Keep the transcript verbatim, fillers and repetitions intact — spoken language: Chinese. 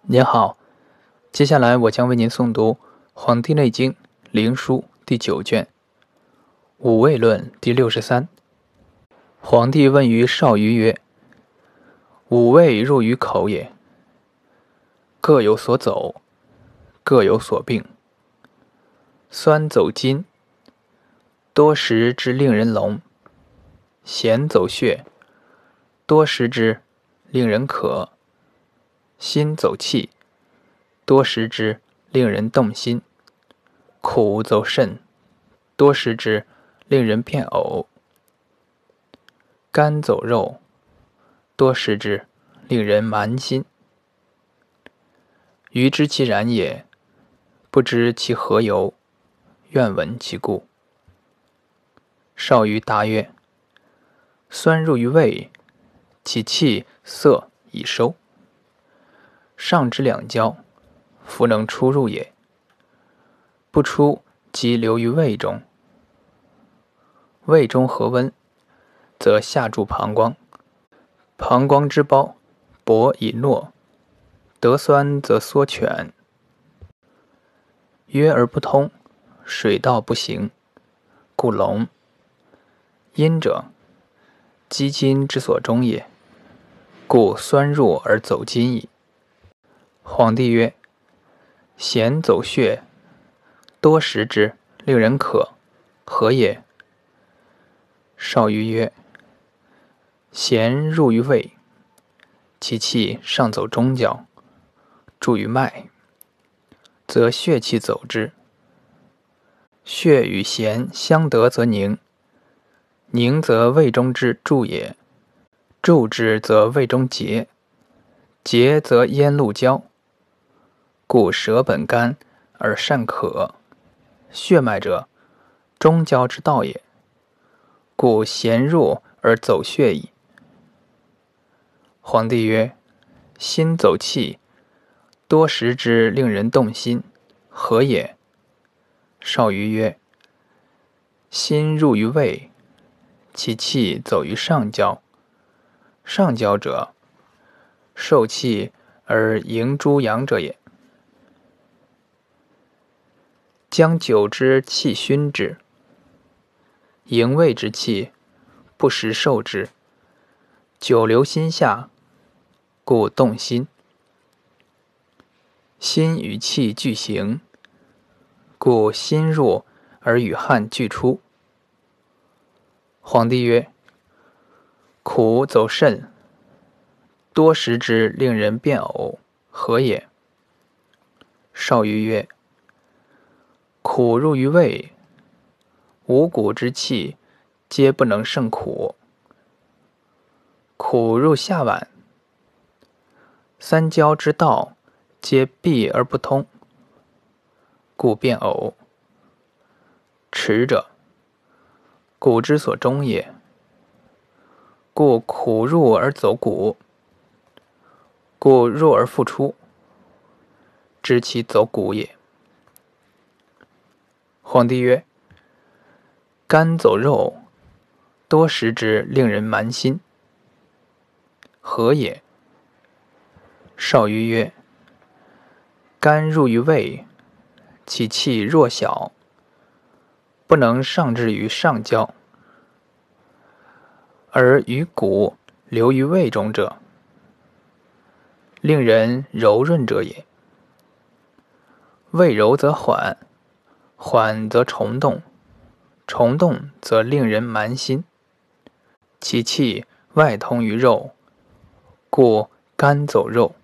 您好，接下来我将为您诵读《黄帝内经·灵枢》第九卷《五味论》第六十三。黄帝问于少俞曰：五味入于口也，各有所走，各有所病。酸走筋，多食之令人聋；咸走血，多食之令人渴；辛走气，多食之令人动心；苦走肾，多食之令人变呕；甘走肉，多食之令人蛮心。余知其然也，不知其何由，愿闻其故。少俞答曰：酸入于胃，其气涩已收，上之两焦，弗能出入也。不出，即留于胃中。胃中和温，则下注膀胱，膀胱之胞薄以糯，得酸则缩蜷，约而不通，水道不行，故聋。阴者，积筋之所终也，故酸入而走筋矣。黄帝曰：咸走血，多食之，令人渴，何也？少俞曰：咸入于胃，其气上走中焦，注于脉，则血气走之。血与咸相得则凝，凝则胃中之注也，注之则胃中结，结则咽路焦，故舌本干而善渴。血脉者，中焦之道也，故咸入而走血矣。黄帝曰：辛走气，多食之令人动心，何也？少俞曰：辛入于胃，其气走于上焦，上焦者，受气而迎诸阳者也。将久之气熏之，营卫之气，不时受之，久留心下，故动心。心与气俱行，故心入而与汗俱出。黄帝曰：苦走肾，多食之令人变呕，何也？少俞曰：苦入于胃，五谷之气皆不能胜苦。苦入下脘，三焦之道皆闭而不通，故变呕。迟者，谷之所终也，故苦入而走谷，故入而复出，知其走谷也。黄帝曰：甘走肉，多食之令人蛮心，何也？少俞曰：甘入于胃，其气弱小，不能上至于上焦，而于谷留于胃中者，令人柔润者也。胃柔则缓，缓则虫动，虫动则令人蛮心，其气外通于肉，故甘走肉。